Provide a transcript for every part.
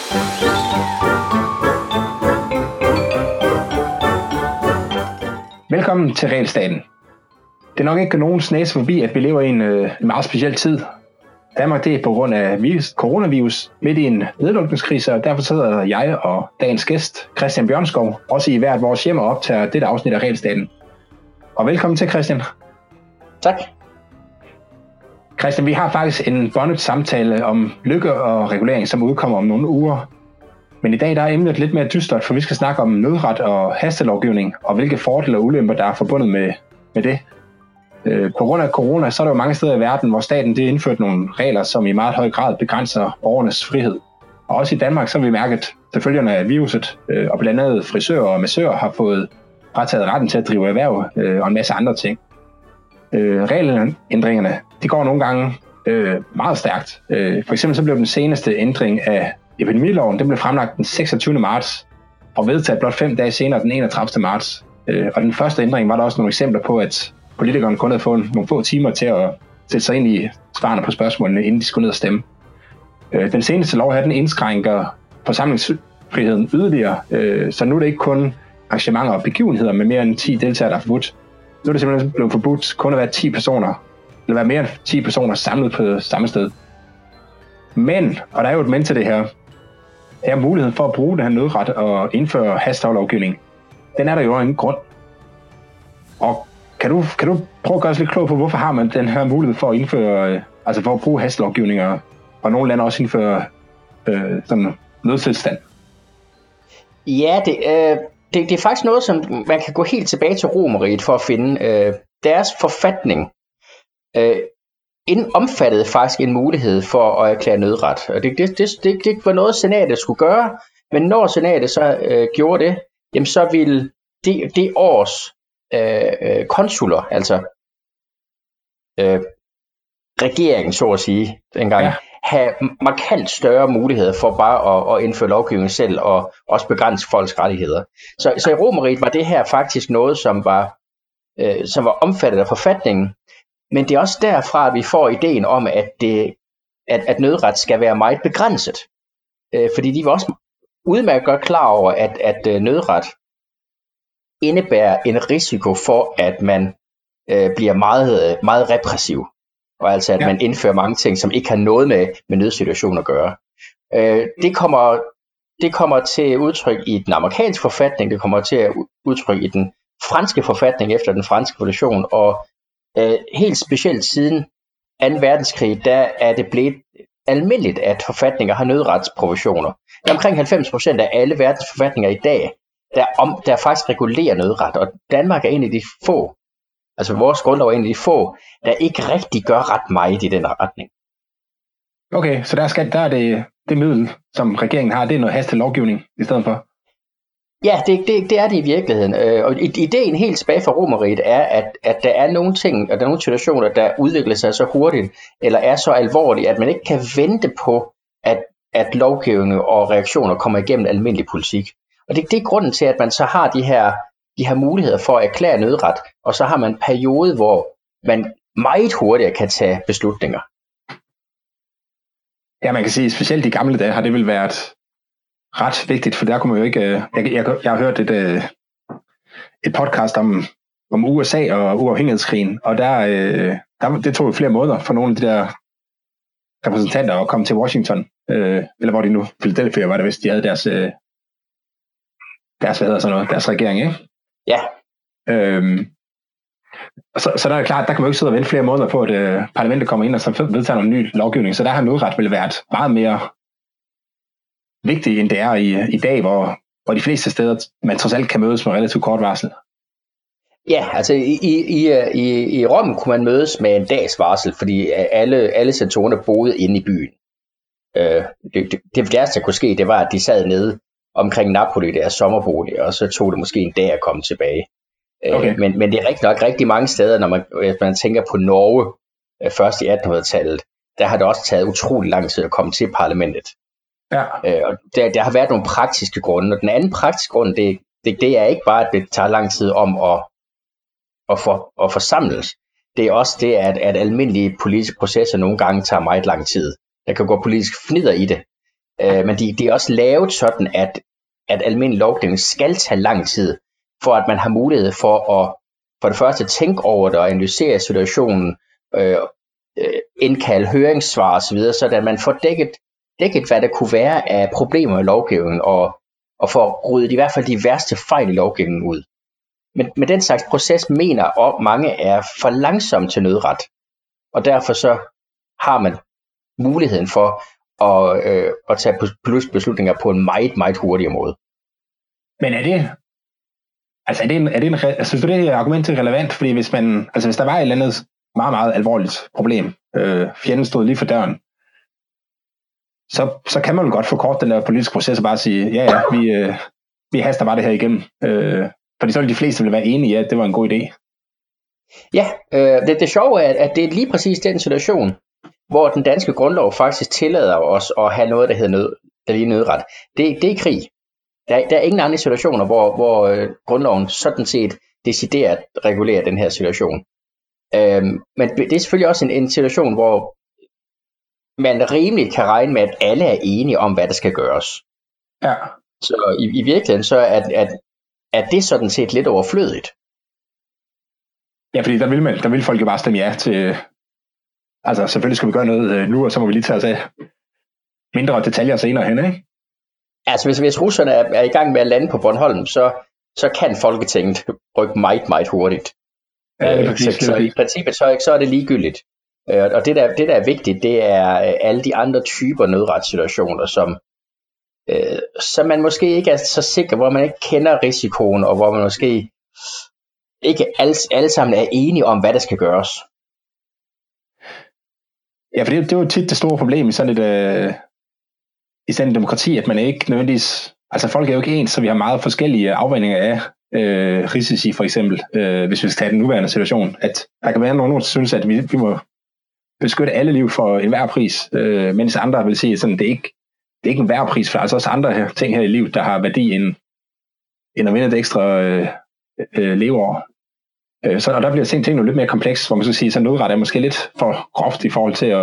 Velkommen til Regelstaten. Det er nok ikke nogens næse forbi, at vi lever i en meget speciel tid. Danmark det er på grund af coronavirus midt i en nedlukningskrise, og derfor sidder jeg og dagens gæst, Christian Bjørnskov, også i hvert vores hjem og optager dette afsnit af Regelstaten. Og velkommen til, Christian. Tak. Christian, vi har faktisk en bondet samtale om lykke og regulering, som udkommer om nogle uger. Men i dag der er emnet lidt mere dystert, for vi skal snakke om nødret og hastelovgivning, og hvilke fordele og ulemper, der er forbundet med det. På grund af corona, så er der jo mange steder i verden, hvor staten det indført nogle regler, som i meget høj grad begrænser borgernes frihed. Og også i Danmark, så har vi mærket tilfølgerne af viruset, og blandt andet frisører og massører har fået frataget retten til at drive erhverv og en masse andre ting. Regelændringerne, de går nogle gange meget stærkt. For eksempel så blev den seneste ændring af epidemiloven, den blev fremlagt den 26. marts og vedtaget blot 5 dage senere, den 31. marts. Og den første ændring var der også nogle eksempler på, at politikerne kun havde fået nogle få timer til at sætte sig ind i svarene på spørgsmålene, inden de skulle ned og stemme. Den seneste lov her, den indskrænker forsamlingsfriheden yderligere, så nu er det ikke kun arrangementer og begivenheder med mere end 10 deltagere, der er forbudt. Nu er det simpelthen blevet forbudt kun at være 10 personer, eller være mere end 10 personer samlet på samme sted. Men, og der er jo et men til det her, er muligheden for at bruge den her nødret og indføre hastelovgivning. Den er der jo ingen grund. Og kan du prøve at gøre os lidt klog på, hvorfor har man den her mulighed for at indføre, altså for at bruge hastelovgivninger, og nogle lande også indføre sådan nødtilstand? Ja, det er faktisk noget, som man kan gå helt tilbage til Romerriget for at finde. Deres forfatning omfattede faktisk en mulighed for at erklære nødret. Og det var noget, senatet skulle gøre, men når senatet så gjorde det, jamen så ville det års konsuler, altså regeringen, så at sige, dengang, have markant større muligheder for bare at indføre lovgivning selv og også begrænse folks rettigheder. Så i Romerriget var det her faktisk noget, som var omfattet af forfatningen, men det er også derfra, at vi får ideen om, at nødret skal være meget begrænset. Fordi de var også udmærket godt klar over, at nødret indebærer en risiko for, at man bliver meget, meget repressiv. Og altså at man indfører mange ting, som ikke har noget med nødsituationen at gøre. Det kommer til udtryk i den amerikanske forfatning, det kommer til udtryk i den franske forfatning efter den franske revolution, og helt specielt siden 2. verdenskrig, der er det blevet almindeligt, at forfatninger har nødretsprovisioner. Det er omkring 90% af alle verdens forfatninger i dag, der faktisk regulerer nødret, og Danmark er en af de få, altså vores grundlov er en af de få, der ikke rigtig gør ret meget i den retning. Okay, så der er det middel, som regeringen har, det er noget hastelovgivning i stedet for? Ja, det er det i virkeligheden. Og ideen helt tilbage fra Romerriget er, at der er nogle ting, og der er nogle situationer, der udvikler sig så hurtigt, eller er så alvorlige, at man ikke kan vente på, at lovgivning og reaktioner kommer igennem almindelig politik. Og det er grunden til, at man så har de her muligheder for at erklære nødret, og så har man en periode, hvor man meget hurtigere kan tage beslutninger. Ja, man kan sige, specielt i gamle dage har det vel været ret vigtigt, for der kunne man jo ikke... Jeg har hørt et podcast om USA og uafhængighedskrigen, og det tog jo flere måneder for nogle af de der repræsentanter at komme til Washington, eller hvor de nu, Philadelphia var det vist, de havde deres deres regering, ikke? Ja. Så der er klart, der kan man jo ikke sidde og vente flere måneder på, at parlamentet kommer ind og så vedtager noget ny lovgivning, så der har nødret vel været meget mere vigtigt, end det er i dag, hvor de fleste steder, man trods alt kan mødes med relativt kort varsel. Ja, altså i Rom kunne man mødes med en dags varsel, fordi alle senatorerne boede inde i byen. Det værste, der kunne ske, det var, at de sad nede omkring Napoli, deres sommerbolig, og så tog det måske en dag at komme tilbage. Okay. Men det er rigtig nok rigtig mange steder, når man tænker på Norge, først i 1800-tallet, der har det også taget utrolig lang tid at komme til parlamentet. Ja. Og der har været nogle praktiske grunde, og den anden praktiske grund, det er ikke bare, at det tager lang tid om at forsamles. Det er også det, at almindelige politiske processer nogle gange tager meget lang tid. Der kan gå politisk fnider i det. Men de er også lavet sådan, at almindelig lovgivning skal tage lang tid, for at man har mulighed for det første tænke over det og analysere situationen, indkalde høringssvar osv., så at man får dækket, hvad der kunne være af problemer i lovgivningen, og får ryddet i hvert fald de værste fejl i lovgivningen ud. Men den slags proces mener mange er for langsom til nødret, og derfor så har man muligheden for at tage politiske beslutninger på en meget, meget hurtigere måde. Men synes du det er argument til relevant? Fordi hvis der var et eller andet meget, meget alvorligt problem, fjenden stod lige for døren, så kan man jo godt forkorte den der politiske proces og bare sige, vi haster bare det her igennem. Fordi så vil de fleste vil være enige i, at det var en god idé. Ja, det sjove er, at det er lige præcis den situation, hvor den danske grundlov faktisk tillader os at have noget, der hedder nødret. Det er krig. Der er ingen andre situationer, hvor grundloven sådan set decideret regulerer den her situation. Men det er selvfølgelig også en situation, hvor man rimeligt kan regne med, at alle er enige om, hvad der skal gøres. Ja. Så i virkeligheden så er det sådan set lidt overflødigt. Ja, fordi der vil folk jo bare stemme ja til, altså selvfølgelig skal vi gøre noget nu, og så må vi lige tage os af mindre detaljer senere hen, ikke? Altså hvis russerne er i gang med at lande på Bornholm, så kan Folketinget rykke meget, meget hurtigt. Ja, så i princippet så er det ligegyldigt. Og det der er vigtigt, det er alle de andre typer nødretssituationer, som man måske ikke er så sikker, hvor man ikke kender risikoen, og hvor man måske ikke alle sammen er enige om, hvad der skal gøres. Ja, for det er jo tit det store problem i sådan et demokrati, at man ikke nødvendigvis, altså folk er jo ikke ens, så vi har meget forskellige afvejninger af risici for eksempel, hvis vi skal tage den nuværende situation, at der kan være nogen, der synes, at vi må beskytte alle liv for enhver pris, mens andre vil sige, sådan, det er ikke enhver pris, for der er altså også andre ting her i livet, der har værdi end at vinde et ekstra leveår. Og der bliver tingene lidt mere kompleks, hvor man så sige, så nødret er måske lidt for groft i forhold til at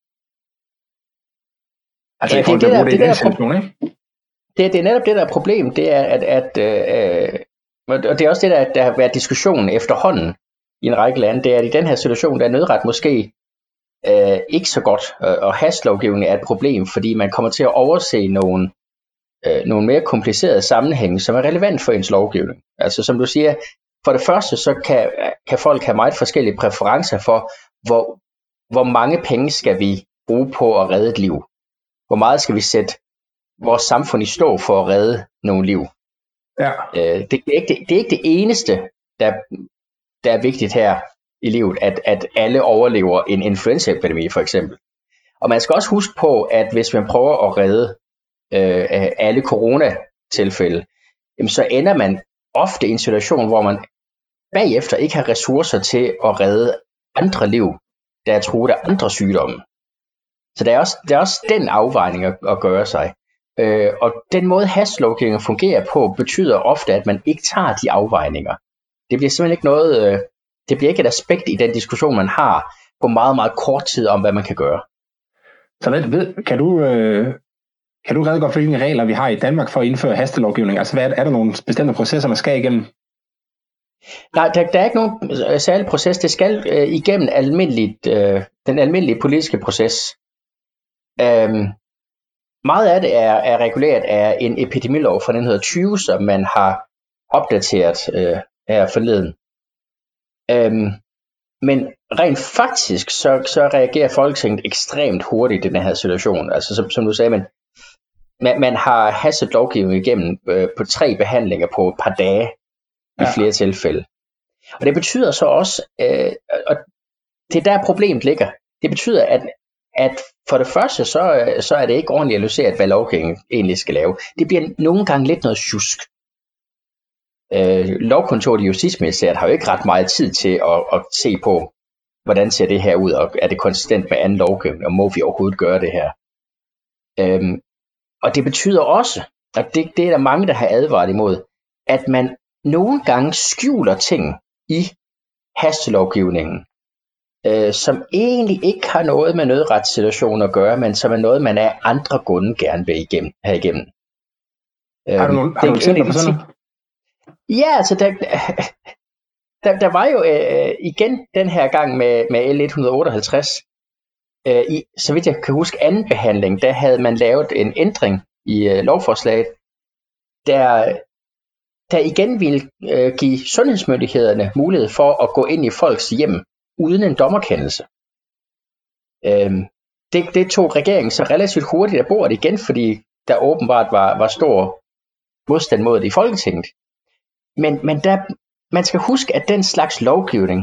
i forhold til at bruge det i den situation, ikke? Det er netop det, der er problem, det er, og det er også det, der har været diskussionen efterhånden i en række lande, det er, at i den her situation, der er nødret måske ikke så godt, og hastelovgivning er et problem, fordi man kommer til at overse nogle mere komplicerede sammenhænge, som er relevant for ens lovgivning. Altså som du siger, for det første, så kan folk have meget forskellige præferencer for, hvor mange penge skal vi bruge på at redde et liv. Hvor meget skal vi sætte vores samfund i stå for at redde nogle liv. Ja. Det er ikke det eneste, der er vigtigt her i livet, at alle overlever en influenzaepidemi for eksempel. Og man skal også huske på, at hvis man prøver at redde alle coronatilfælde, så ender man ofte i en situation, hvor man bagefter ikke har ressourcer til at redde andre liv, der er truet af andre sygdomme. Så der er også den afvejning at gøre sig. Og den måde hastelovgivningen fungerer på, betyder ofte, at man ikke tager de afvejninger. Det bliver simpelthen ikke noget, det bliver ikke et aspekt i den diskussion, man har på meget, meget kort tid om, hvad man kan gøre. Så kan du redegøre for, hvilke regler vi har i Danmark for at indføre hastelovgivning? Altså er der nogle bestemte processer, man skal igennem? Nej, der er ikke nogen særlig proces. Det skal igennem den almindelige politiske proces. Meget af det er reguleret af en epidemilov fra 1920, som man har opdateret her forleden. Men rent faktisk, så reagerer Folketinget ekstremt hurtigt i den her situation. Altså som du sagde, man har hastet lovgivning igennem på 3 behandlinger på et par dage i flere tilfælde. Og det betyder så også, og det er der problemet ligger, det betyder, at for det første, så er det ikke ordentligt analyseret, hvad lovgivningen egentlig skal lave. Det bliver nogle gange lidt noget sjusk. Lovkontoret i Justitsministeriet har jo ikke ret meget tid til at se på, hvordan ser det her ud, og er det konsistent med anden lovgivning, og må vi overhovedet gøre det her. Og det betyder også, og det er der mange, der har advaret imod, at man nogle gange skjuler ting i hastelovgivningen, som egentlig ikke har noget med nødretssituationen at gøre, men som er noget, man af andre grunde gerne vil have igennem. Har du nogle eksempler på sådan noget? Ja, altså der var jo igen den her gang med L 158, så vidt jeg kan huske anden behandling, der havde man lavet en ændring i lovforslaget, der igen ville give sundhedsmyndighederne mulighed for at gå ind i folks hjem uden en dommerkendelse. Det tog regeringen så relativt hurtigt af bordet igen, fordi der åbenbart var stor modstand mod det i Folketinget. Men man skal huske, at den slags lovgivning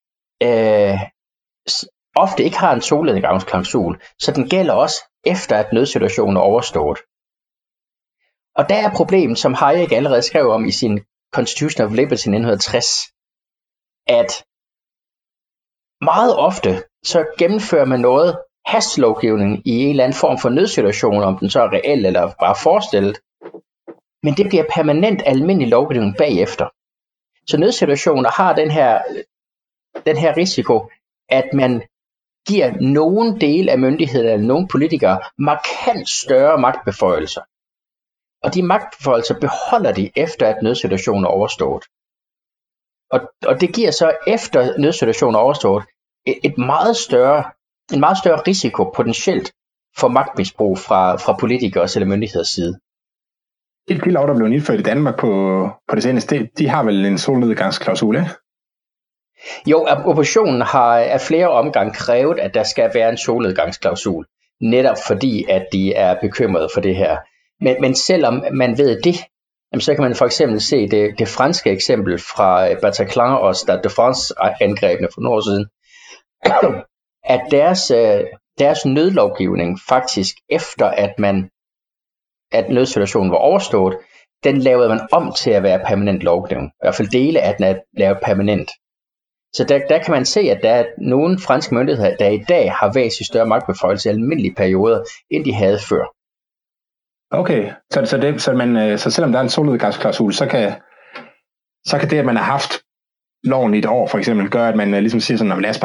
ofte ikke har en solnedgangsklausul, så den gælder også efter, at nødsituationen er overstået. Og der er problemet, som Hayek allerede skrev om i sin Constitution of Liberty 1960, at meget ofte så gennemfører man noget hastelovgivning i en eller anden form for nødsituation, om den så er reel eller bare forestillet, men det bliver permanent almindelig lovgivning bagefter. Så nødsituationer har den her risiko, at man giver nogen del af myndigheden eller nogle politikere markant større magtbeføjelser. Og de magtbeføjelser beholder de efter, at nødsituationen er overstået. Og det giver så efter nødsituationen er overstået en meget større risiko potentielt for magtmisbrug fra politikers eller myndigheders side. De lov, der blev indført i Danmark på det seneste, de har vel en solnedgangsklausul, ikke? Jo, oppositionen har af flere omgange krævet, at der skal være en solnedgangsklausul, netop fordi, at de er bekymrede for det her. Men selvom man ved det, så kan man for eksempel se det franske eksempel fra Bataclan og Stade de France-angrebene for nogle år siden, at deres nødlovgivning faktisk efter, at nødsituationen var overstået, den lavede man om til at være permanent lovgivning. I hvert fald dele af den er lavet permanent. Så der kan man se, at der er nogle franske myndigheder, der i dag har væsentligt større magtbeføjelse i almindelige perioder, end de havde før. Okay, så selvom der er en solnedgangsklausul, så kan det, at man har haft loven i et år, for eksempel, gøre, at man ligesom siger sådan, lad os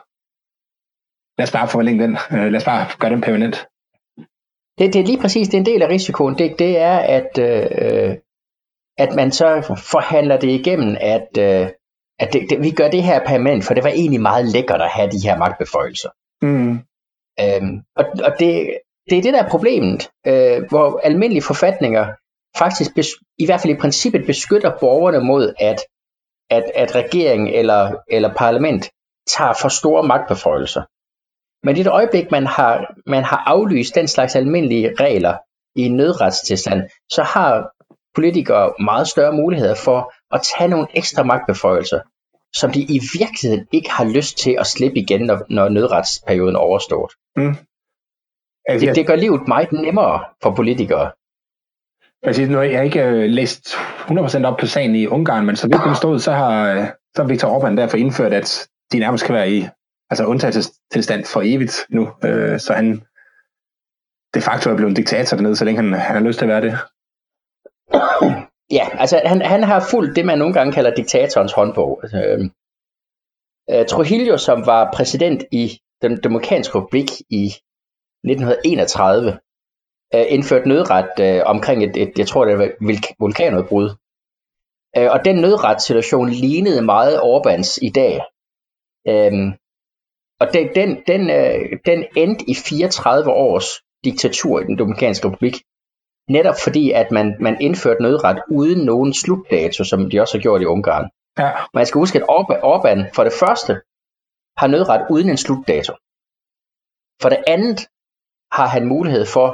bare forlænge den, lad os bare gøre den permanent. Det er lige præcis, det er en del af risikoen, det er, at man så forhandler det igennem, at vi gør det her permanent, for det var egentlig meget lækkert at have de her magtbeføjelser. Mm. Og det er det, der er problemet, hvor almindelige forfatninger faktisk, i hvert fald i princippet, beskytter borgerne mod, at regeringen eller parlament tager for store magtbeføjelser. Men i det øjeblik, man har aflyst den slags almindelige regler i en nødretstilstand, så har politikere meget større muligheder for at tage nogle ekstra magtbeføjelser, som de i virkeligheden ikke har lyst til at slippe igen, når nødretsperioden er overstået. Mm. Det gør livet meget nemmere for politikere. Nu har jeg ikke læst 100% op på sagen i Ungarn, men så vidt det stod, så har Viktor Orbán derfor indført, at de nærmest kan være i undtagelsestilstand for evigt nu. Så han de facto er blevet en diktator dernede, så længe han har lyst til at være det. Ja, altså han har fulgt det, man nogle gange kalder diktatorens håndbog. Trujillo, som var præsident i den Dominikanske Republik i 1931, indførte nødret omkring jeg tror det var vulkanudbrud. Og den nødretssituation lignede meget Orbáns i dag. Og den endte i 34 års diktatur i den Dominikanske Republik. Netop fordi, at man indførte nødret uden nogen slutdato, som de også har gjort i Ungarn. Ja. Man skal huske, at Orbán for det første har nødret uden en slutdato. For det andet har han mulighed for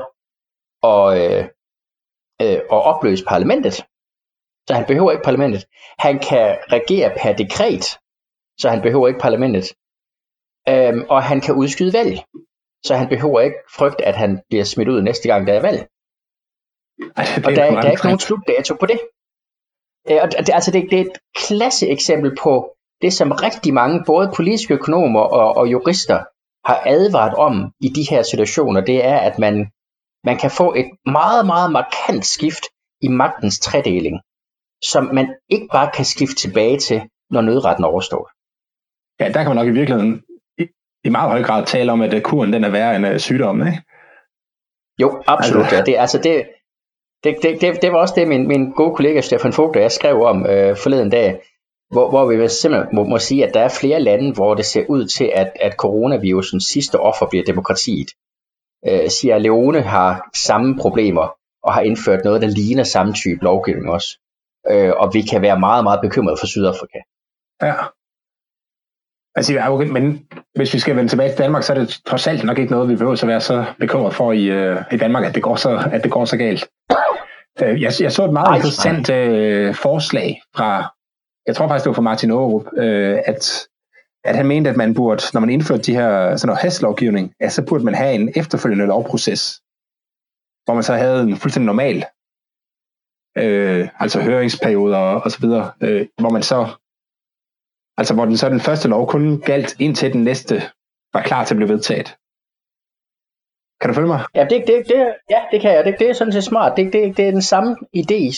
at opløse parlamentet. Så han behøver ikke parlamentet. Han kan regere per dekret, så han behøver ikke parlamentet. Og han kan udskyde valg, så han behøver ikke frygte, at han bliver smidt ud næste gang, der er valg. Og der er ikke nogen slutdato på det. Det er et klasseeksempel på det, som rigtig mange, både politiske økonomer og jurister, har advaret om i de her situationer. Det er, at man kan få et meget, meget markant skift i magtens tredeling, som man ikke bare kan skifte tilbage til, når nødretten overstår. Ja, der kan man nok i i meget høj grad tale om, at kuren den er værre end sygdommen, ikke? Jo, absolut. Det var også det, min gode kollega Stefan Vogt og jeg skrev om forleden dag, hvor vi simpelthen må sige, at der er flere lande, hvor det ser ud til, at coronavirusens sidste offer bliver demokratiet. Sierra Leone har samme problemer og har indført noget, der ligner samme type lovgivning også. Og vi kan være meget, meget bekymrede for Sydafrika. Ja. Altså, okay, men hvis vi skal vende tilbage til Danmark, så er det trods alt nok ikke noget, vi behøver at være så bekymret for i Danmark, at det går så galt. Jeg så et meget interessant forslag fra, jeg tror faktisk det var fra Martin Aarup, at han mente, at man burde, når man indførte de her sådan noget hastlovgivning, så burde man have en efterfølgende lovproces, hvor man så havde en fuldstændig normal, altså høringsperioder og så videre, hvor man så, altså hvor den første lov kun galt indtil den næste var klar til at blive vedtaget. Kan du følge mig? Ja, det kan jeg. Det er sådan set smart. Det er den samme idé,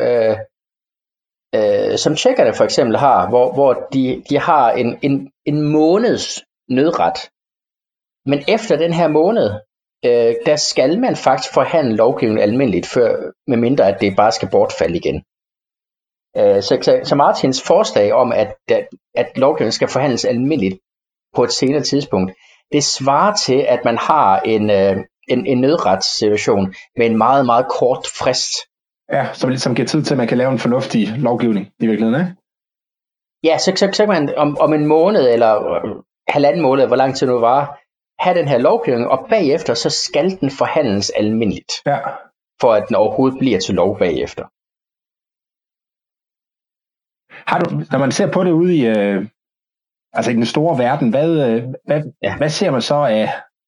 som tjekkerne for eksempel har, hvor de har en måneds nødret. Men efter den her måned, der skal man faktisk forhandle lovgivningen almindeligt, med mindre at det bare skal bortfalde igen. Så Martins forslag om, at lovgivningen skal forhandles almindeligt på et senere tidspunkt, det svarer til, at man har en nødretssituation med en meget, meget kort frist. Ja, som giver tid til, at man kan lave en fornuftig lovgivning i virkeligheden, ikke? Ja, så kan man om en måned eller halvanden måned, hvor lang tid nu var, have den her lovgivning, og bagefter så skal den forhandles almindeligt, for at den overhovedet bliver til lov bagefter. Har du, når man ser på det ude i, altså i den store verden, hvad ser man så af?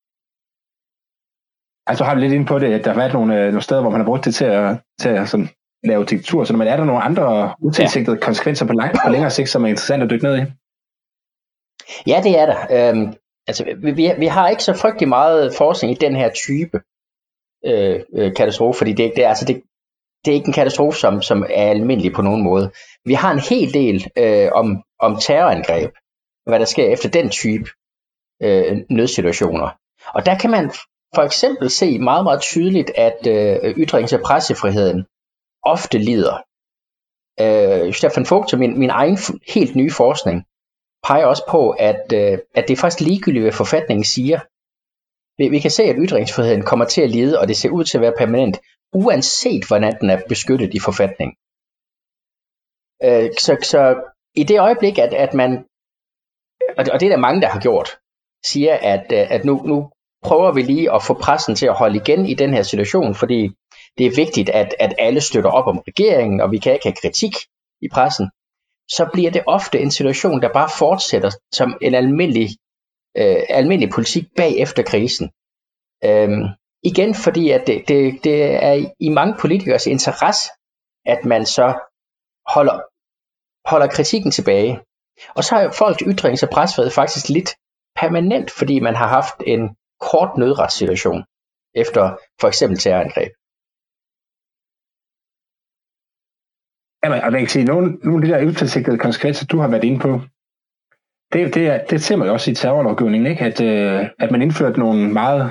Altså har vi lidt inde på det, at der har været nogle steder, hvor man har brugt det til at sådan, lave diktatur, så men er der nogle andre utilsigtede konsekvenser på længere sigt, som er interessant at dykke ned i? Ja, det er der. Altså, vi har ikke så frygtelig meget forskning i den her type katastrofe, fordi det er ikke en katastrofe, som er almindelig på nogen måde. Vi har en hel del om terrorangreb, hvad der sker efter den type nødsituationer. Og der kan man for eksempel se meget, meget tydeligt, at ytrings- og pressefriheden ofte lider. Stefan Vogt, til min egen helt nye forskning, peger også på, at det er faktisk ligegyldigt, hvad forfatningen siger. Vi kan se, at ytringsfriheden kommer til at lide, og det ser ud til at være permanent, uanset hvordan den er beskyttet i forfatningen. Så i det øjeblik, at man, og det er der mange, der har gjort, siger, at nu prøver vi lige at få pressen til at holde igen i den her situation, fordi det er vigtigt, at alle støtter op om regeringen, og vi kan ikke have kritik i pressen, så bliver det ofte en situation, der bare fortsætter som en almindelig politik bagefter krisen. Igen fordi, at det er i mange politikers interesse, at man så holder kritikken tilbage. Og så har folks ytrings- og pressefrihed faktisk lidt permanent, fordi man har haft en kort nødretssituation efter for eksempel terrorangreb. Jamen, og jeg kan sige, nogle af de der utilsigtede konsekvenser, du har været inde på, det ser man jo også i terrorlovgivningen, ikke? At man indførte nogle meget,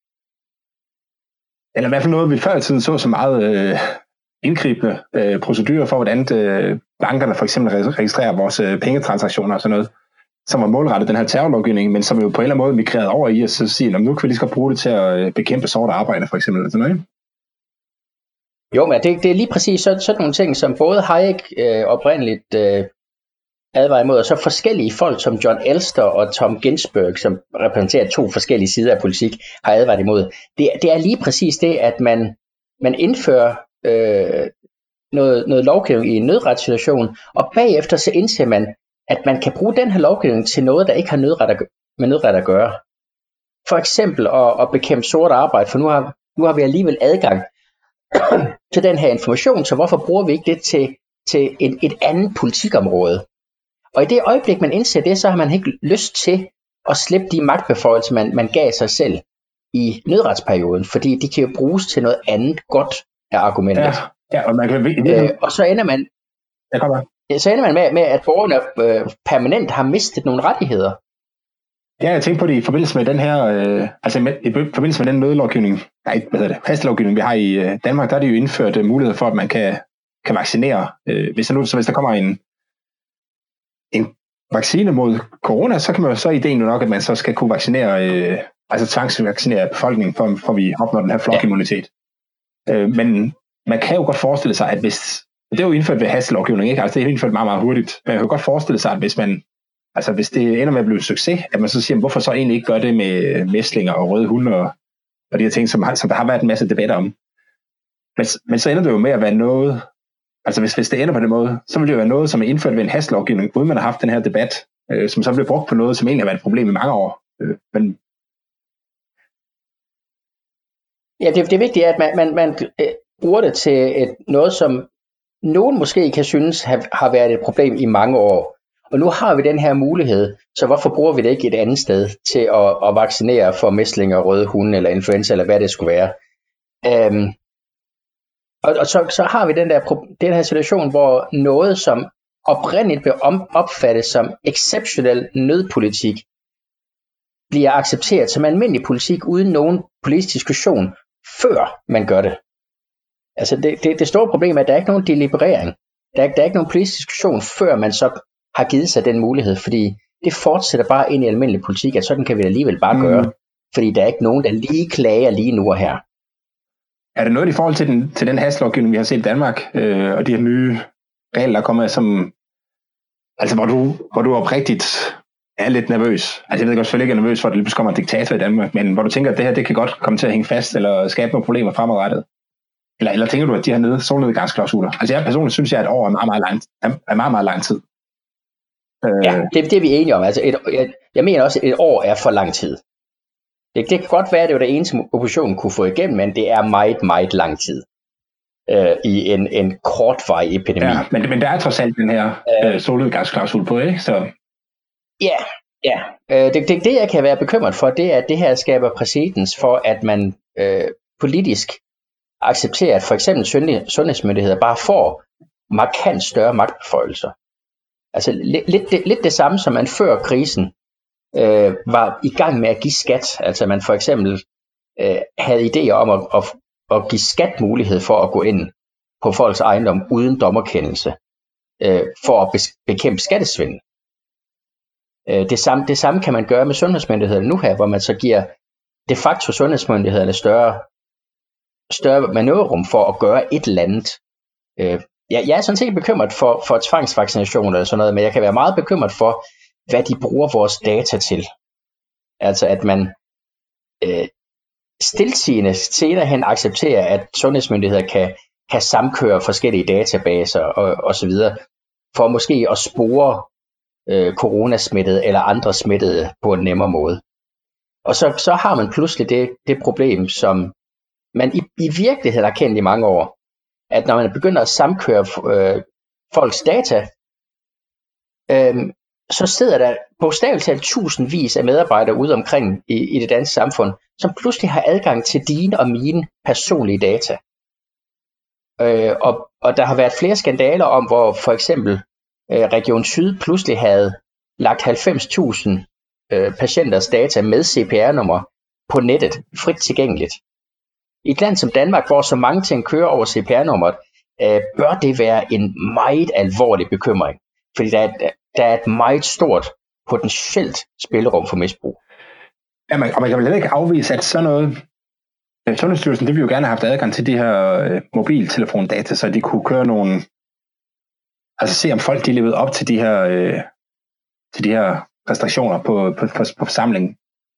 eller i hvert fald noget, vi før i tiden så meget indgribende procedurer for, hvordan bankerne for eksempel registrerer vores pengetransaktioner og sådan noget, som var målrettet den her terrorlovgivning, men som jo på en eller anden måde migreret over i at sige, nu kan vi lige så godt bruge det til at bekæmpe sort arbejde for eksempel. Eller sådan noget. Jo, men det er lige præcis sådan nogle ting, som både Hayek oprindeligt advarer imod, og så forskellige folk som John Elster og Tom Ginsburg, som repræsenterer to forskellige sider af politik, har advaret imod. Det er lige præcis det, at man indfører noget lovgivning i en nødretssituation, og bagefter så indser man, at man kan bruge den her lovgivning til noget, der ikke har med nødret at gøre. For eksempel at bekæmpe sort arbejde, for nu har vi alligevel adgang til den her information, så hvorfor bruger vi ikke det til et andet politikområde? Og i det øjeblik, man indser det, så har man ikke lyst til at slippe de magtbeføjelser, man gav sig selv i nødretsperioden, fordi de kan jo bruges til noget andet godt af argumentet. Ja, og man kan og så ender man med, at borgerne permanent har mistet nogle rettigheder. Ja, jeg tænkte på det i forbindelse med den her, i forbindelse med den nødlovgivning, hastelovgivning, vi har i Danmark, der er det jo indført mulighed for, at man kan vaccinere. Hvis der kommer en vaccine mod corona, så kan man jo så ideen jo nok, at man så skal kunne vaccinere, tvangsvaccinere befolkningen, for vi opnår den her flokimmunitet. Men man kan jo godt forestille sig, at hvis, det er jo indført ved hastelovgivning, ikke? Altså det er indført meget, meget hurtigt, men man kan jo godt forestille sig, at hvis det ender med at blive en succes, at man så siger, hvorfor så egentlig ikke gøre det med mæslinger og røde hunde og de her ting, som der har været en masse debatter om. Men så ender det jo med at være noget, altså hvis det ender på den måde, så vil det jo være noget, som er indført ved en hastelovgivning, uden man har haft den her debat, som så bliver brugt på noget, som egentlig har været et problem i mange år. Ja, det vigtige er, at man bruger det til noget, som nogen måske kan synes har været et problem i mange år. Og nu har vi den her mulighed, så hvorfor bruger vi det ikke et andet sted til at vaccinere for mæslinger, røde hunde eller influenza, eller hvad det skulle være. Og så har vi den her situation, hvor noget, som oprindeligt blev opfattet som exceptionel nødpolitik, bliver accepteret som almindelig politik uden nogen politisk diskussion, før man gør det. Altså det store problem er, at der er ikke nogen deliberering. Der er ikke nogen politisk diskussion, før man så har givet sig den mulighed, fordi det fortsætter bare ind i almindelig politik, at sådan kan vi alligevel bare gøre, fordi der er ikke nogen, der lige klager lige nu og her. Er der noget i forhold til den hastelovgivning, vi har set i Danmark, og de her nye regler, der kommer, som, altså hvor du oprigtigt er lidt nervøs? Altså jeg ved godt, selvfølgelig ikke er nervøs for, at det lige kommer en diktator i Danmark, men hvor du tænker, at det her det kan godt komme til at hænge fast, eller skabe nogle problemer fremadrettet? Eller tænker du, at de her solnedgangsklausuler? Altså jeg personligt synes, at et år er meget, meget lang tid. Ja, det er vi enige om. Altså jeg mener også, at et år er for lang tid. Det kan godt være, at det var det eneste, oppositionen kunne få igennem, men det er meget, meget lang tid i en kortvarig epidemi. Ja, men der er trods alt den her solnedgangsklausul på, ikke? Så... Ja. Det jeg kan være bekymret for, det er, at det her skaber præcedens for, at man politisk accepterer, at for eksempel sundhedsmyndigheder bare får markant større magtbeføjelser. Altså lidt det samme, som man før krisen var i gang med at give skat. Altså man for eksempel havde idéer om at give skat mulighed for at gå ind på folks ejendom uden dommerkendelse for at bekæmpe skattesvindel. Det samme kan man gøre med sundhedsmyndighederne nu her, hvor man så giver de facto sundhedsmyndighederne større manøvrerum for at gøre et eller andet. Jeg er sådan set bekymret for tvangsvaccinationer eller sådan noget, men jeg kan være meget bekymret for, hvad de bruger vores data til. Altså at man stiltiende senere hen accepterer, at sundhedsmyndigheder kan samkøre forskellige databaser og så videre, for måske at spore coronasmittede eller andre smittede på en nemmere måde. Og så har man pludselig det problem, som man i virkeligheden har kendt i mange år, at når man begynder at samkøre folks data, så sidder der bogstaveligt talt tusindvis af medarbejdere ude omkring i det danske samfund, som pludselig har adgang til dine og mine personlige data. Og der har været flere skandaler om, hvor for eksempel Region Syd pludselig havde lagt 90.000 patienters data med CPR-nummer på nettet, frit tilgængeligt. I et land som Danmark, hvor så mange ting kører over CPR-nummeret, bør det være en meget alvorlig bekymring, fordi der er et meget stort potentielt spillerum for misbrug. Ja, og man kan vel ikke afvise, at sådan noget... Sundhedsstyrelsen, det vil jo gerne have haft adgang til de her mobiltelefondata, så de kunne køre nogle... Altså se, om folk de levede op til de her restriktioner på forsamlingen.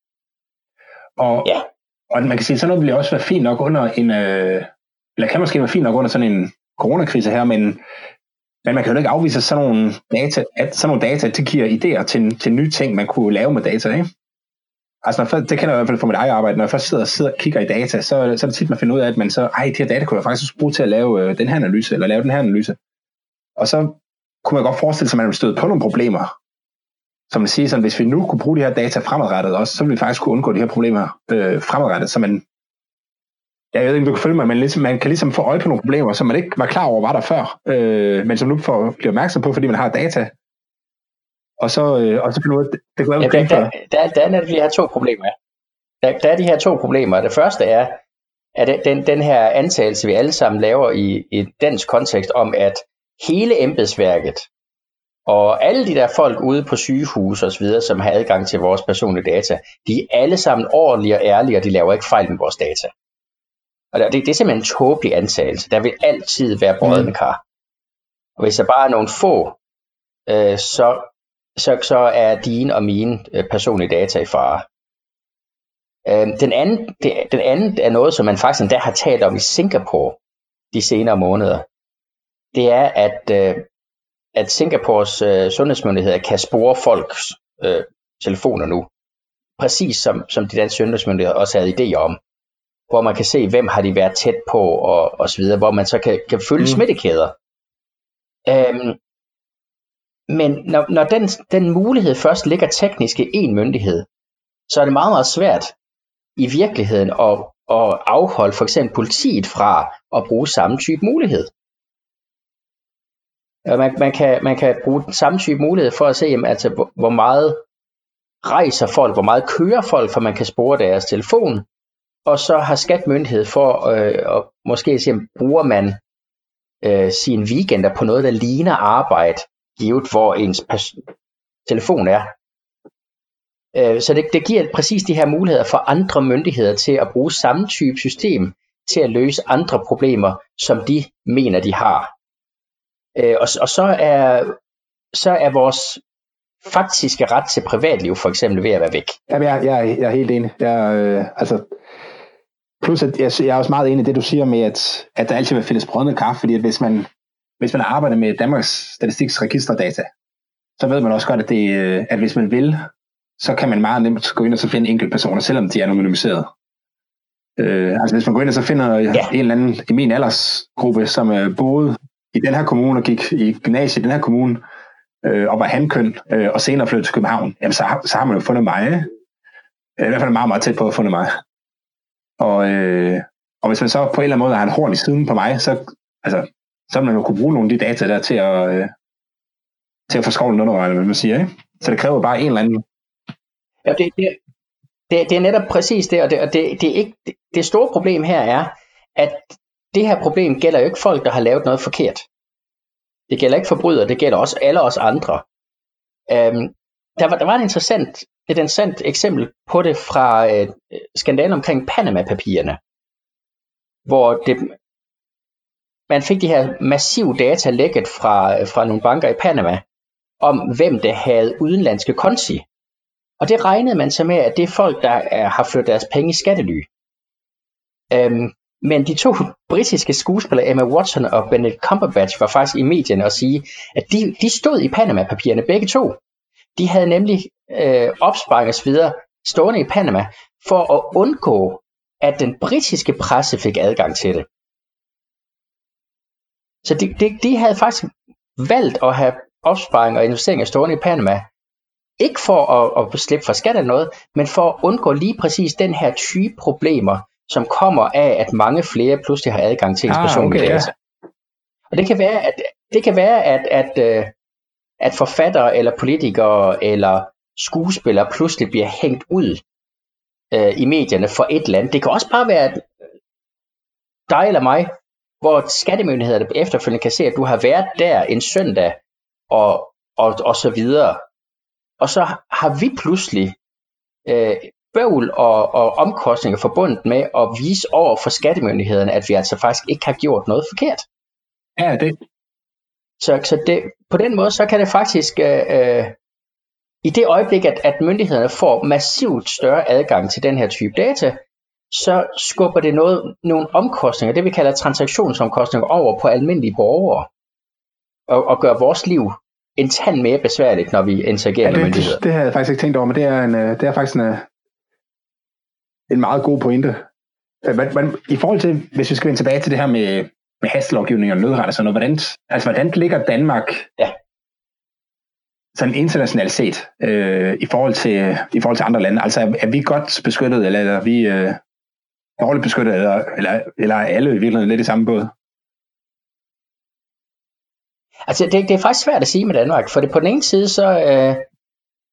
Og man kan sige, sådan noget ville også være fint nok under eller kan måske være fint nok under sådan en coronakrise her, men man kan jo ikke afvise sådan nogle data, det giver idéer til nye ting, man kunne lave med data, ikke? Altså, det kender jeg i hvert fald fra mit eget arbejde, når jeg først sidder og kigger i data, så er det tit, man finder ud af, at man så, de her data kunne jeg faktisk bruge til at lave den her analyse, eller lave den her analyse. Og så kunne man godt forestille sig, at man ville støde på nogle problemer, som man siger, sådan, hvis vi nu kunne bruge de her data fremadrettet også, så ville vi faktisk kunne undgå de her problemer fremadrettet, så man, jeg ved ikke, om du kan følge mig, men man kan ligesom få øje på nogle problemer, som man ikke var klar over var der før, men som nu bliver opmærksom på, fordi man har data. og så finde ud af, det kunne være der er de her to problemer. Der er de her to problemer. Det første er, at den her antagelse, vi alle sammen laver i dansk kontekst, om at hele embedsværket og alle de der folk ude på sygehus og så videre, som har adgang til vores personlige data, de er alle sammen ordentlige og ærlige, og de laver ikke fejl med vores data. Og det er simpelthen en tåbelig antagelse. Der vil altid være brodne kar. Og hvis der bare er nogle få, så er dine og mine personlige data i fare. Den anden er noget, som man faktisk endda har talt om i Singapore de senere måneder. Det er, at Singapores sundhedsmyndigheder kan spore folks telefoner nu. Præcis som de danske sundhedsmyndigheder også havde idéer om. Hvor man kan se, hvem har de været tæt på og så videre. Hvor man så kan følge smittekæder. Men når den mulighed først ligger teknisk i en myndighed, så er det meget, meget svært i virkeligheden at afholde for eksempel politiet fra at bruge samme type mulighed. Man kan bruge den samme type mulighed for at se, jamen, altså, hvor meget rejser folk, hvor meget kører folk, for man kan spore deres telefon, og så har skattemyndighed for at måske se, bruger man sine weekender på noget, der ligner arbejde, givet hvor ens telefon er. Så det giver præcis de her muligheder for andre myndigheder til at bruge samme type system til at løse andre problemer, som de mener, de har. Og så er vores faktiske ret til privatliv for eksempel ved at være væk. Jamen, jeg er helt enig. Plus at jeg er også meget enig i det, du siger med, at der altid vil findes brodne kar, fordi at hvis man arbejder med Danmarks Statistiks registerdata, så ved man også godt, at hvis man vil, så kan man meget nemt gå ind og så finde enkelte personer, selvom de er anonymiseret. Altså hvis man går ind og så finder en eller anden i min aldersgruppe, som boede i den her kommune og gik i gymnasiet i den her kommune, og var hankøn, og senere flyttede til København, jamen så har man jo fundet mig. I hvert fald meget, meget tæt på at fundet mig. Og hvis man så på en eller anden måde har et horn i siden på mig, så vil man jo kunne bruge nogle af de data der til at forskovle noget, eller hvad man siger, ikke? Så det kræver bare en eller anden. Ja, det er netop præcis det, og det er ikke det store problem her er, at det her problem gælder jo ikke folk, der har lavet noget forkert. Det gælder ikke forbrydere, det gælder også alle os andre. Der var et interessant eksempel på det fra skandalen omkring Panama-papirerne, hvor man fik de her massive data lækket fra nogle banker i Panama, om hvem der havde udenlandske konti. Og det regnede man så med, at det er folk, der har flyttet deres penge i skattely. Men de to britiske skuespillere, Emma Watson og Benedict Cumberbatch, var faktisk i medierne og sige, at de stod i Panama-papirerne begge to. De havde nemlig opsparing og så videre stående i Panama, for at undgå, at den britiske presse fik adgang til det. Så de havde faktisk valgt at have opsparing og investeringer stående i Panama, ikke for at slippe for skat eller noget, men for at undgå lige præcis den her type problemer, som kommer af, at mange flere pludselig har adgang til ens personlige data. Ja. Og det kan være, at forfattere eller politikere eller skuespillere pludselig bliver hængt ud i medierne for et eller andet. Det kan også bare være dig eller mig, hvor skattemyndighederne efterfølgende kan se, at du har været der en søndag og så videre. Og så har vi pludselig bøvl og omkostninger forbundet med at vise over for skattemyndighederne, at vi altså faktisk ikke har gjort noget forkert. Ja, det. Så det, på den måde, så kan det faktisk, i det øjeblik, at myndighederne får massivt større adgang til den her type data, så skubber det nogle omkostninger, det vi kalder transaktionsomkostninger, over på almindelige borgere, og gør vores liv en tand mere besværligt, når vi interagerer med myndigheder. Det har jeg faktisk ikke tænkt over, men det er faktisk en meget god pointe. Men i forhold til, hvis vi skal vende tilbage til det her med hastelovgivning og nødret og sådan noget, hvordan ligger Danmark sådan internationalt set i forhold til andre lande? Altså er vi godt beskyttet, eller er vi dårligt beskyttet, eller er alle i virkeligheden lidt i samme båd? Altså det er faktisk svært at sige med Danmark, for på den ene side, så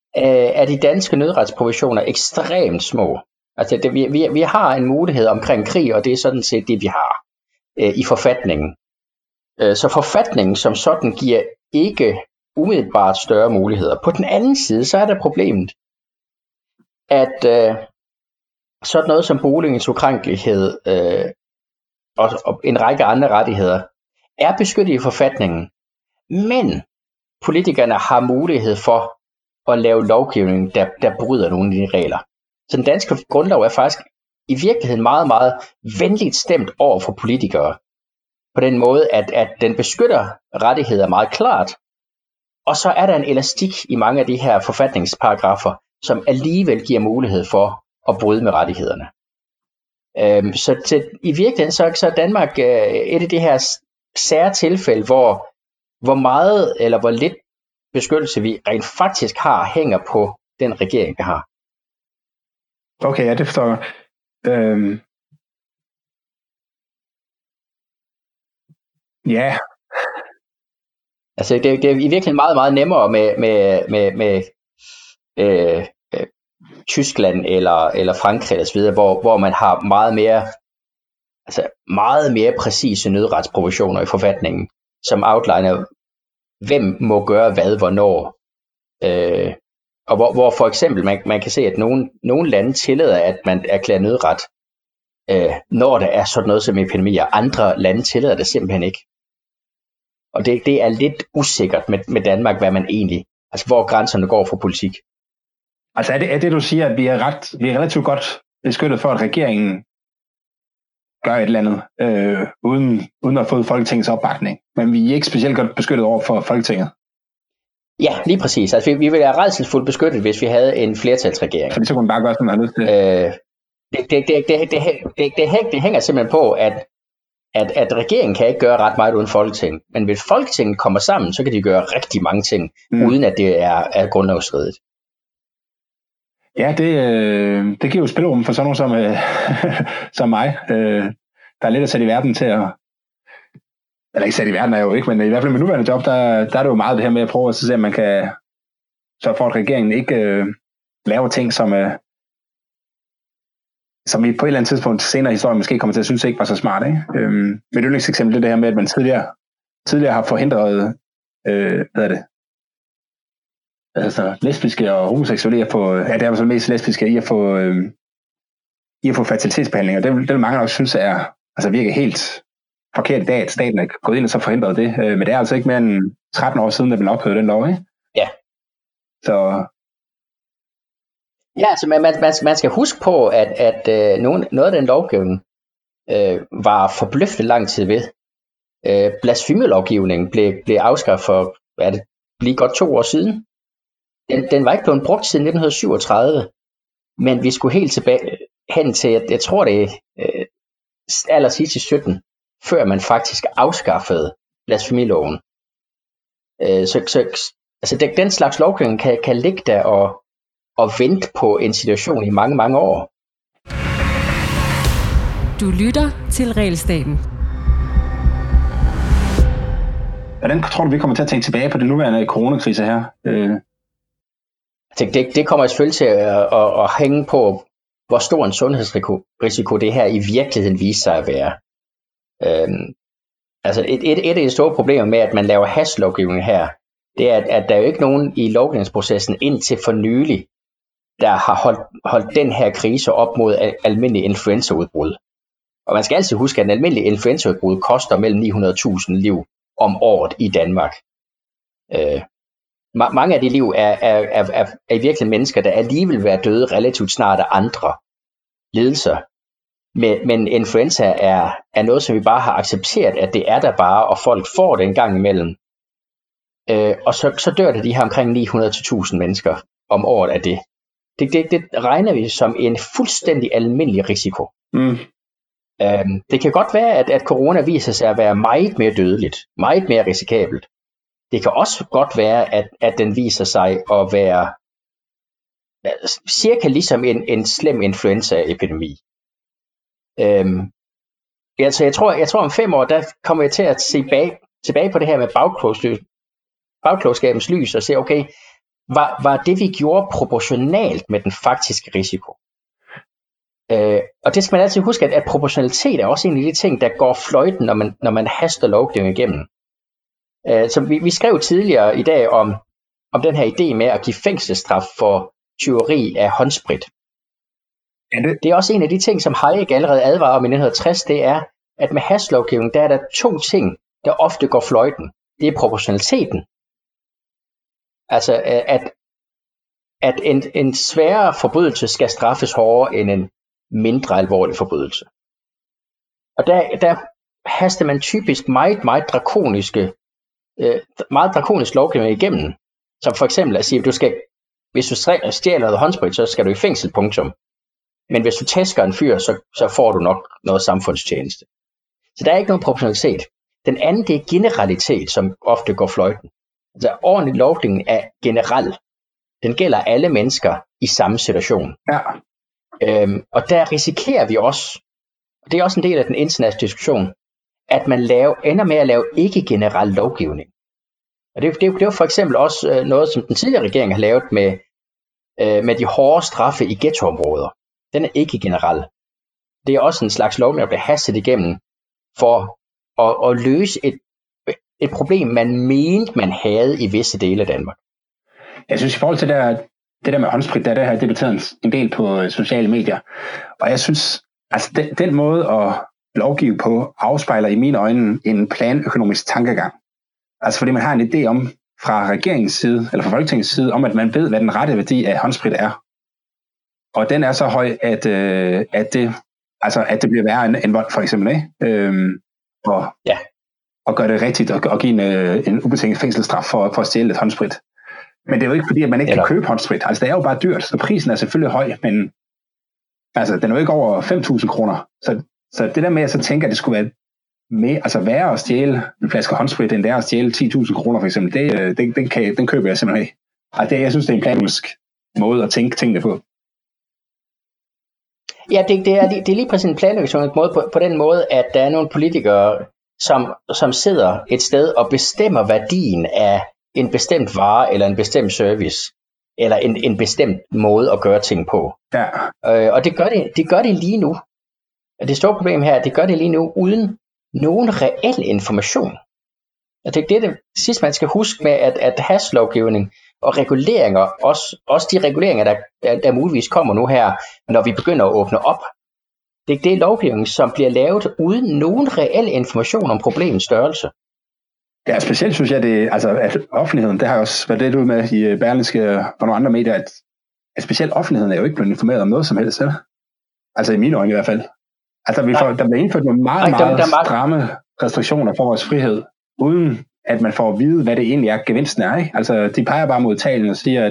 er de danske nødretsprovisioner ekstremt små. Altså vi har en mulighed omkring krig, og det er sådan set det, vi har i forfatningen. Så forfatningen som sådan giver ikke umiddelbart større muligheder. På den anden side, så er der problemet, at sådan noget som boligens ukrænkelighed og en række andre rettigheder er beskyttet i forfatningen, men politikerne har mulighed for at lave lovgivning, der bryder nogle af de regler. Så den danske grundlov er faktisk i virkeligheden meget, meget venligt stemt over for politikere. På den måde, at den beskytter rettigheder meget klart, og så er der en elastik i mange af de her forfatningsparagrafer, som alligevel giver mulighed for at bryde med rettighederne. Så i virkeligheden så er Danmark et af de her sære tilfælde, hvor meget eller hvor lidt beskyttelse vi rent faktisk har, hænger på den regering, vi har. Okay, ja, det forstår jeg. Ja. Altså det er i virkeligheden meget, meget nemmere med Tyskland eller Frankrig osv., hvor man har meget mere præcise nødretsprovisioner i forfatningen, som outliner, hvem må gøre hvad, hvornår. Og hvor for eksempel man kan se, at nogle lande tillader, at man erklærer nødret, når der er sådan noget som epidemier. Andre lande tillader det simpelthen ikke. Og det er lidt usikkert med Danmark, hvad man egentlig, altså hvor grænserne går for politik. Altså er det du siger, at vi er relativt godt beskyttet for, at regeringen gør et eller andet, uden at få Folketingets opbakning. Men vi er ikke specielt godt beskyttet over for Folketinget. Ja, lige præcis. Altså vi ville være rædselsfuldt beskyttet, hvis vi havde en flertalsregering. Fordi så kunne man bare gøre, som man har lyst til. Det hænger simpelthen på, at regeringen kan ikke gøre ret meget uden Folketinget. Men hvis Folketinget kommer sammen, så kan de gøre rigtig mange ting, uden at det er grundlovsstridigt. Ja, det giver jo spilrum for sådan nogen som mig, der er lidt at sætte i verden til at... Eller ikke sætte i verden er jo ikke, men i hvert fald med nuværende job, der er det jo meget det her med at prøve at se, om man kan sørge for, at regeringen ikke laver ting, som vi på et eller andet tidspunkt senere i historien måske kommer til at synes ikke var så smart. Ikke? Mit yndlingseksempel er det her med, at man tidligere har forhindret lesbiske og homoseksuelle at få, det er så mest lesbiske i at få fertilitetsbehandling, og det vil mange nok synes er virker helt forkert i dag, at staten er gået ind og så forhindret det, men det er altså ikke mere end 13 år siden, at man ophøvede den lov, ikke? Ja. Så... Ja, altså man skal huske på, at noget af den lovgivning var forbløffende lang tid ved. Blasfemilovgivningen blev afskaffet for, lige godt 2 år siden. Den var ikke blevet brugt siden 1937, men vi skulle helt tilbage hen til, jeg tror det er allersidst i 17, før man faktisk afskaffede blasfemiloven. Så den slags lovgivning kan ligge der og vente på en situation i mange, mange år. Du lytter til Regelstaten. Hvordan tror du, vi kommer til at tænke tilbage på den nuværende coronakrise her? Det kommer selvfølgelig til at hænge på, hvor stor en sundhedsrisiko det her i virkeligheden viser sig at være. Altså et af de store problemer med, at man laver hastelovgivning her, det er, at der er jo ikke nogen i lovgivningsprocessen indtil for nylig, der har holdt den her krise op mod almindelig influenzaudbrud. Og man skal altid huske, at en almindelig influenzaudbrud koster mellem 900.000 liv om året i Danmark. Mange af de liv er i virkeligheden mennesker, der alligevel vil være døde relativt snart af andre lidelser. Men influenza er noget, som vi bare har accepteret, at det er der bare, og folk får det en gang imellem. Og så dør der de her omkring 900-1000 mennesker om året af det. Det regner vi som en fuldstændig almindelig risiko. Det kan godt være, at corona viser sig at være meget mere dødeligt, meget mere risikabelt. Det kan også godt være, at den viser sig at være cirka ligesom en slem influenzaepidemi. Altså jeg tror om 5 år, der kommer jeg til at se tilbage på det her med bagklogskabens lys og se, okay, var det, vi gjorde, proportionalt med den faktiske risiko. Og det skal man altid huske, at proportionalitet er også en af de ting, der går fløjten, når man haster lovgivning igennem. Så vi skrev tidligere i dag om den her idé med at give fængselsstraf for tyveri af håndsprit. Det er også en af de ting, som Hayek allerede advarer om i 1960, det er, at med hastelovgivning, der er der 2 ting, der ofte går fløjten. Det er proportionaliteten. Altså, at en sværere forbrydelse skal straffes hårdere end en mindre alvorlig forbrydelse. Og der haster man typisk meget drakonisk lovgivning igennem. Som for eksempel at sige, hvis du stjæler noget håndsprit, så skal du i fængsel, punktum. Men hvis du tæsker en fyr, så får du nok noget samfundstjeneste. Så der er ikke nogen proportionalitet. Den anden, det er generalitet, som ofte går fløjten. Altså ordentlig lovgivning er generel. Den gælder alle mennesker i samme situation. Ja. Og der risikerer vi også, og det er også en del af den internationale diskussion, at man ender med at lave ikke-generel lovgivning. Og det var for eksempel også noget, som den tidligere regering har lavet med de hårde straffe i ghettoområder. Den er ikke generel. Det er også en slags lovgivning, der bliver hastet igennem for at løse et problem, man mente, man havde i visse dele af Danmark. Jeg synes i forhold til det der med håndsprit, det har debatteret en del på sociale medier. Og jeg synes, altså den måde at lovgive på, afspejler i mine øjne en planøkonomisk tankegang. Altså fordi man har en idé om, fra regeringens side, eller fra Folketingets side, om at man ved, hvad den rette værdi af håndsprit er. Og den er så høj, at det bliver værre end vold, for eksempel, ikke? Og gøre det rigtigt, og give en ubetinget fængselsstraf for at stjæle et håndsprit. Men det er jo ikke fordi, at man ikke kan købe håndsprit. Altså, det er jo bare dyrt, så prisen er selvfølgelig høj, men altså, den er jo ikke over 5.000 kroner. Så det der med, at jeg så tænker, at det skulle være værre at stjæle en flaske håndsprit, end det er at stjæle 10.000 kroner, for eksempel, den køber jeg simpelthen ikke. Altså, jeg synes, det er en planøkonomisk måde at tænke tingene på. Ja, det er lige præcis en planøkonomisk måde på den måde, at der er nogle politikere, som sidder et sted og bestemmer værdien af en bestemt vare, eller en bestemt service, eller en bestemt måde at gøre ting på. Ja. Og det gør det lige nu. Det store problem her, det gør det lige nu, uden nogen reel information. Og det er det sidste, man skal huske med, at hastelovgivning og reguleringer, også de reguleringer, der muligvis kommer nu her, når vi begynder at åbne op, det er lovgivning, som bliver lavet uden nogen reel information om problemets størrelse. Ja, specielt synes jeg, at offentligheden, det har også været lidt ud med i Berlingske og nogle andre medier, at specielt offentligheden er jo ikke blevet informeret om noget som helst. Ja? Altså i mine øjne i hvert fald. Altså der bliver indført nogle meget stramme restriktioner for vores frihed, uden at man får at vide, hvad det egentlig er, gevinsten er. Ikke? Altså de peger bare mod Italien og siger,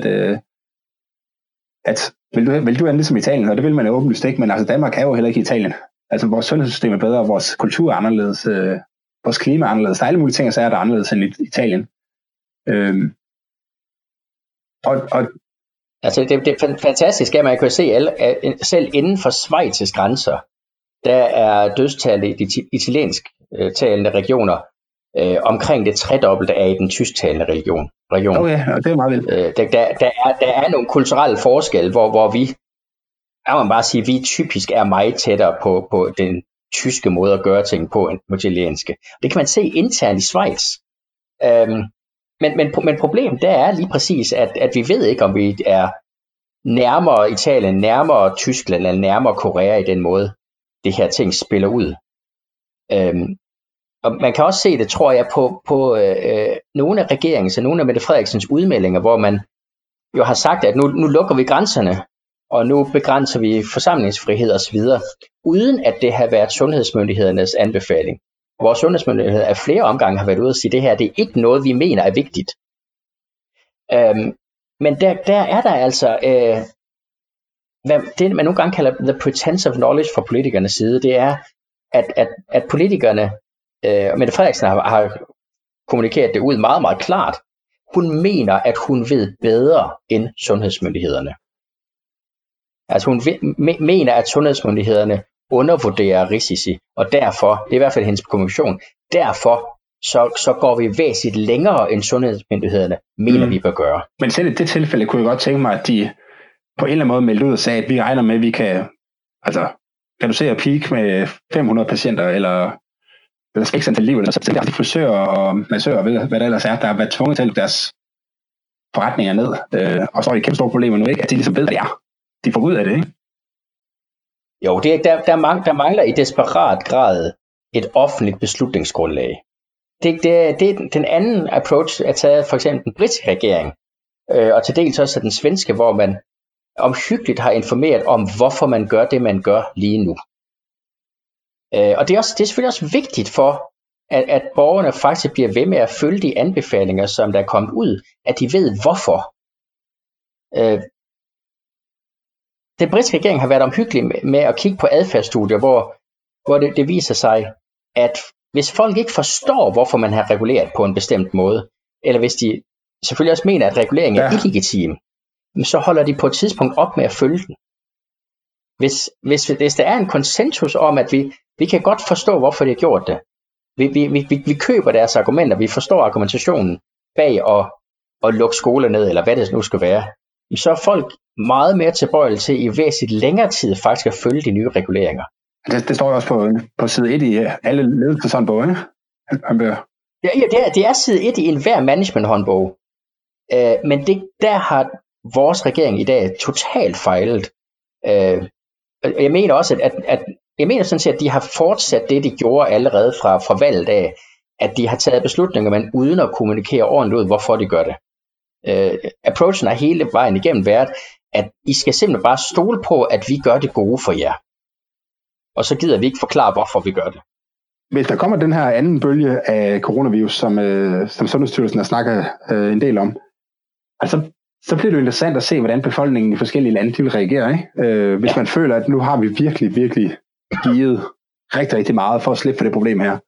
at vil du være ligesom Italien, og det vil man jo åbenlyst ikke, men altså Danmark er jo heller ikke Italien. Altså vores sundhedssystem er bedre, vores kultur er anderledes, vores klima er anderledes. Der er alle mulige ting, så er der anderledes end i Italien. Altså det er fantastisk, at man kan se, at selv inden for Schweiz' grænser, der er dødstallet i de italiensk talende regioner omkring det tredobbelte af i den tysktalende region. Okay, og det er meget vildt. Der er nogle kulturelle forskelle, hvor vi, man bare sige, vi typisk er meget tættere på den tyske måde at gøre ting på end på italienske. Det kan man se internt i Schweiz. Men problemet der er lige præcis, at vi ved ikke, om vi er nærmere Italien, nærmere Tyskland eller nærmere Korea i den måde, det her ting spiller ud. Og man kan også se det, tror jeg, på nogle af regeringens og nogle af Mette Frederiksens udmeldinger, hvor man jo har sagt, at nu lukker vi grænserne, og nu begrænser vi forsamlingsfrihed osv., uden at det har været sundhedsmyndighedernes anbefaling. Vores sundhedsmyndigheder af flere omgange har været ude og sige, at det her det er ikke noget, vi mener er vigtigt. Men der er der altså, det man nogle gange kalder the pretense of knowledge fra politikernes side, det er, at politikerne, Mette Frederiksen har kommunikeret det ud meget, meget klart. Hun mener, at hun ved bedre end sundhedsmyndighederne. Altså hun mener, at sundhedsmyndighederne undervurderer risici, og derfor, det er i hvert fald hendes kommunikation, derfor så går vi væsentligt længere, end sundhedsmyndighederne mener, vi bør gøre. Men selv i det tilfælde kunne jeg godt tænke mig, at de på en eller anden måde meldte ud og sagde, at vi regner med, at vi kan reducere peak med 500 patienter, eller x antal liv, eller så der er de frisører og massører, hvad der ellers er, der har været tvunget til at lukke deres forretninger ned, og så er det kæmpe store problemer nu, ikke? At de ligesom ved, hvad det er. De får ud af det, ikke? Jo, der mangler i desperat grad et offentligt beslutningsgrundlag. Den anden approach er taget for eksempel den britiske regering, og til dels også den svenske, hvor man omhyggeligt har informeret om, hvorfor man gør det, man gør lige nu. Og det er selvfølgelig også vigtigt for, at borgerne faktisk bliver ved med at følge de anbefalinger, som der er kommet ud, at de ved hvorfor. Den britiske regering har været omhyggelig med at kigge på adfærdsstudier, hvor det viser sig, at hvis folk ikke forstår, hvorfor man har reguleret på en bestemt måde, eller hvis de selvfølgelig også mener, at reguleringen er illegitim, så holder de på et tidspunkt op med at følge den. Hvis der er en konsensus om, at vi kan godt forstå, hvorfor de har gjort det, vi køber deres argumenter, vi forstår argumentationen bag at lukke skoler ned, eller hvad det nu skal være, så er folk meget mere tilbøjelige til i væsentligt længere tid faktisk at følge de nye reguleringer. Det står jo også på side 1 i alle ledelseshåndbog, ikke? Det er side 1 i enhver managementhåndbog. Men der har vores regering i dag totalt fejlet. Jeg mener også, at jeg mener sådan set, at de har fortsat det, de gjorde allerede fra valget af, at de har taget beslutninger, men uden at kommunikere ordentligt ud, hvorfor de gør det. Approachen er hele vejen igennem været, at I skal simpelthen bare stole på, at vi gør det gode for jer. Og så gider vi ikke forklare, hvorfor vi gør det. Hvis der kommer den her anden bølge af coronavirus, som Sundhedsstyrelsen har snakket en del om, altså, så bliver det interessant at se, hvordan befolkningen i forskellige lande vil reagere. Ikke? Hvis man føler, at nu har vi virkelig, virkelig givet rigtig, rigtig meget for at slippe for det problem her.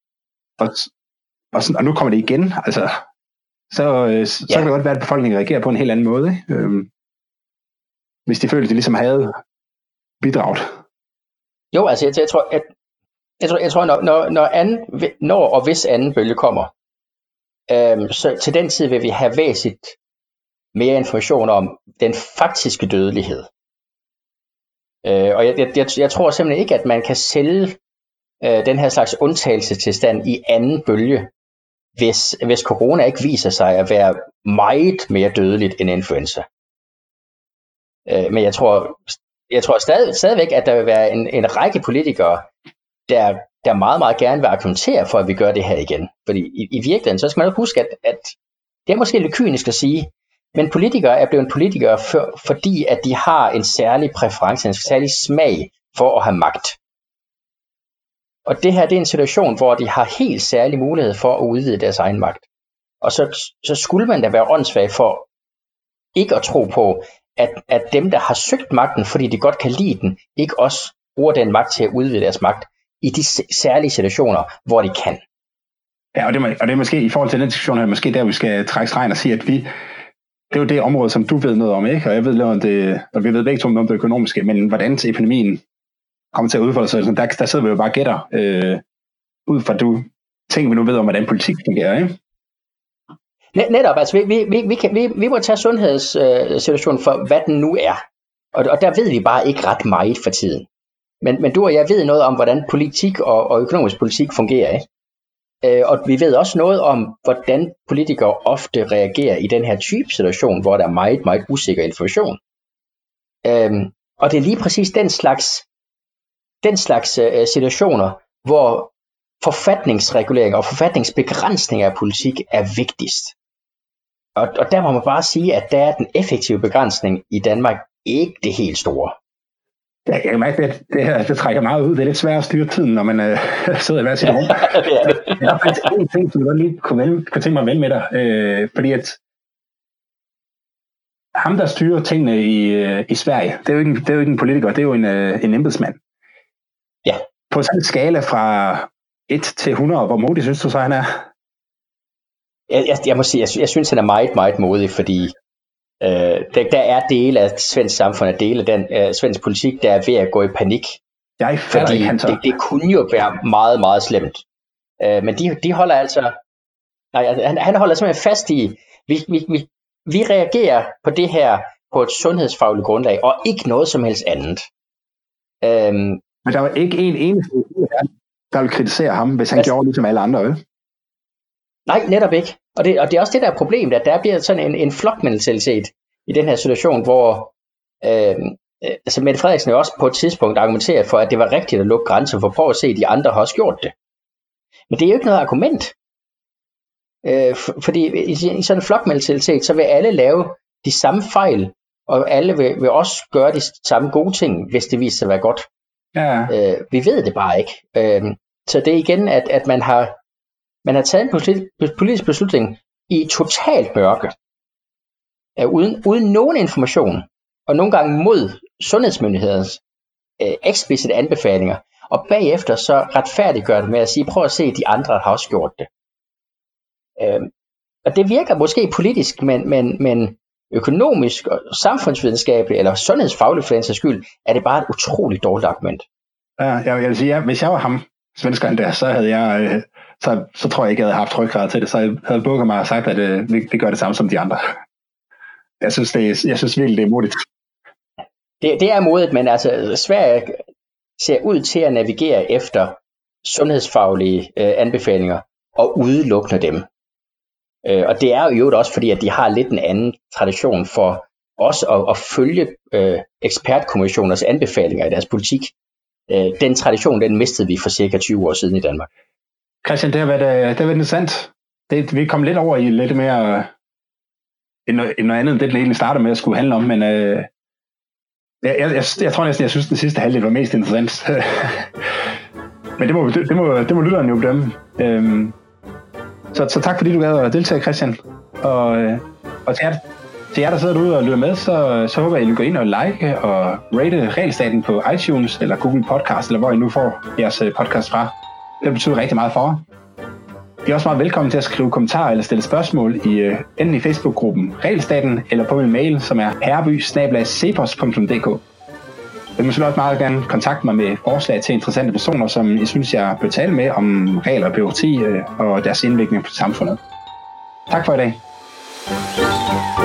Og nu kommer det igen. Altså, så kan det godt være, at befolkningen reagerer på en helt anden måde. Ikke? Hvis de føler, at de ligesom havde bidraget. Jo, altså jeg tror når og hvis anden bølge kommer, så til den tid vil vi have væsentligt mere information om den faktiske dødelighed. Og jeg tror simpelthen ikke, at man kan sælge den her slags undtagelsestilstand i anden bølge, hvis corona ikke viser sig at være meget mere dødeligt end influenza. Men jeg tror stadigvæk, at der vil være en række politikere, der meget, meget gerne vil argumentere for, at vi gør det her igen. Fordi i virkeligheden, så skal man jo huske, at det er måske lidt kynisk at sige, men politikere er blevet politikere, fordi at de har en særlig præference, en særlig smag for at have magt. Og det her, det er en situation, hvor de har helt særlig mulighed for at udvide deres egen magt. Og så skulle man da være åndssvag for ikke at tro på, at dem, der har søgt magten, fordi de godt kan lide den, ikke også bruger den magt til at udvide deres magt i de særlige situationer, hvor de kan. Ja, og det er måske i forhold til den diskussion her, måske der vi skal trække stregen og sige, at det er jo det område, som du ved noget om, ikke? Og jeg ved noget om det, og vi ved begge to noget om det økonomiske, men hvordan til epidemien kommer til at udfolde sig, der sidder vi jo bare gætter ud fra ting, vi nu ved om, hvordan politik fungerer, ikke? Netop, altså vi må tage sundhedssituationen for, hvad den nu er. Og der ved vi bare ikke ret meget for tiden. Men du og jeg ved noget om, hvordan politik og økonomisk politik fungerer, ikke? Og vi ved også noget om, hvordan politikere ofte reagerer i den her type situation, hvor der er meget, meget usikker information. Og det er lige præcis den slags situationer, hvor forfatningsregulering og forfatningsbegrænsning af politik er vigtigst. Og der må man bare sige, at der er den effektive begrænsning i Danmark ikke det helt store. Jeg kan mærke, at det her det trækker meget ud. Det er lidt svært at styre tiden, når man sidder i hver sit rum. Det er faktisk en ting, som jeg godt lige kunne tænke mig at vende med dig. Fordi at ham, der styrer tingene i Sverige, det er jo ikke en politiker, det er jo en embedsmand. Ja. På sådan en skala fra 1 til 100, hvor modig synes du så, han er? Jeg må sige, jeg synes, han er meget, meget modig, fordi der er dele af svensk samfund, og dele af den svensk politik, der er ved at gå i panik. Fordi det kunne jo være meget, meget slemt. Men de holder altså... Nej, han holder simpelthen fast i... Vi reagerer på det her på et sundhedsfagligt grundlag, og ikke noget som helst andet. Men der var ikke en eneste, der ville kritisere ham, hvis han gjorde ligesom alle andre, vel? Nej, netop ikke. Og det er også det, der er problemet, at der bliver sådan en flokmentalitet i den her situation, hvor altså Mette Frederiksen jo også på et tidspunkt argumenterer for, at det var rigtigt at lukke grænser, for prøv at se, at de andre har også gjort det. Men det er jo ikke noget argument. Fordi i sådan en flokmentalitet, så vil alle lave de samme fejl, og alle vil også gøre de samme gode ting, hvis det viser sig at være godt. Ja. Vi ved det bare ikke. Så det er igen, at man har taget en politisk beslutning i totalt mørke, uden nogen information, og nogle gange mod sundhedsmyndighedens eksplicite anbefalinger, og bagefter så retfærdiggør det med at sige, prøv at se, de andre har også gjort det. Og det virker måske politisk, men økonomisk og samfundsvidenskabeligt eller sundhedsfagligt for den sags skyld, er det bare et utroligt dårligt argument. Ja, jeg vil sige, hvis jeg var ham, svenskeren der, så havde jeg, så tror jeg ikke, jeg havde haft ryggrad til det, så jeg havde bukket mig og sagt, at vi gør det samme som de andre. Jeg synes virkelig, det er modigt. Det er modigt, men altså Sverige ser ud til at navigere efter sundhedsfaglige anbefalinger og udelukkende dem. Og det er jo også fordi, at de har lidt en anden tradition for også at følge ekspertkommissioners anbefalinger i deres politik. Den tradition, den mistede vi for cirka 20 år siden i Danmark. Christian, det har været interessant. Vi kom lidt over i lidt mere end noget andet, det egentlig startede med at skulle handle om, men jeg tror næsten, jeg synes, den sidste halvdel var mest interessant. Men det må lytterne jo bedømme. Så tak fordi du gad at deltage, Christian. Og til jer, der sidder derude og lytter med, så håber jeg, at I går ind og like og rate Realstaten på iTunes eller Google Podcast, eller hvor I nu får jeres podcast fra. Det betyder rigtig meget for jer. I er også meget velkommen til at skrive kommentarer eller stille spørgsmål enten i Facebook-gruppen Realstaten eller på min mail, som er herreby@cepos.dk. Jeg må selvfølgelig også meget gerne kontakte mig med forslag til interessante personer, som I synes, jeg bør tale med om regler og bureaukrati og deres indvirkning på samfundet. Tak for i dag.